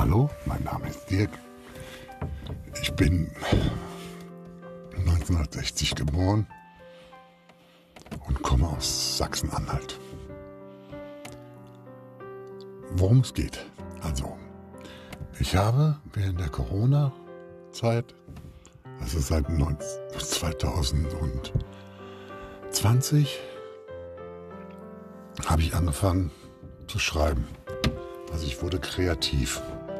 Hallo, mein Name ist Dirk. Ich bin 1960 geboren und komme aus Sachsen-Anhalt. Worum es geht? Also, ich habe während der Corona-Zeit, also seit 2020, habe ich angefangen zu schreiben. Also ich wurde kreativ.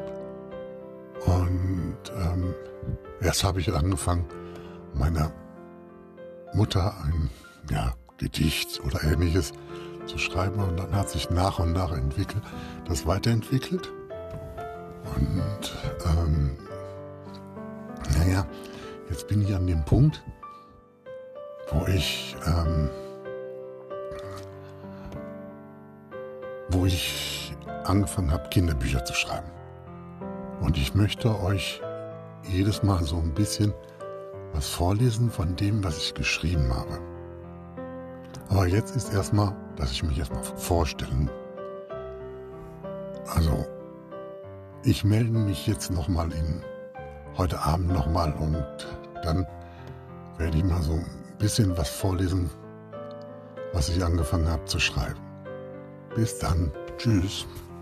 Und erst habe ich angefangen, meiner Mutter ein Gedicht oder Ähnliches zu schreiben. Und dann hat sich nach und nach das weiterentwickelt. Und jetzt bin ich an dem Punkt, wo ich angefangen habe, Kinderbücher zu schreiben. Und ich möchte euch jedes Mal so ein bisschen was vorlesen von dem, was ich geschrieben habe. Aber jetzt ist erstmal, dass ich mich erstmal vorstellen. Also, ich melde mich jetzt nochmal heute Abend nochmal und dann werde ich mal so ein bisschen was vorlesen, was ich angefangen habe zu schreiben. Bis dann. Tschüss.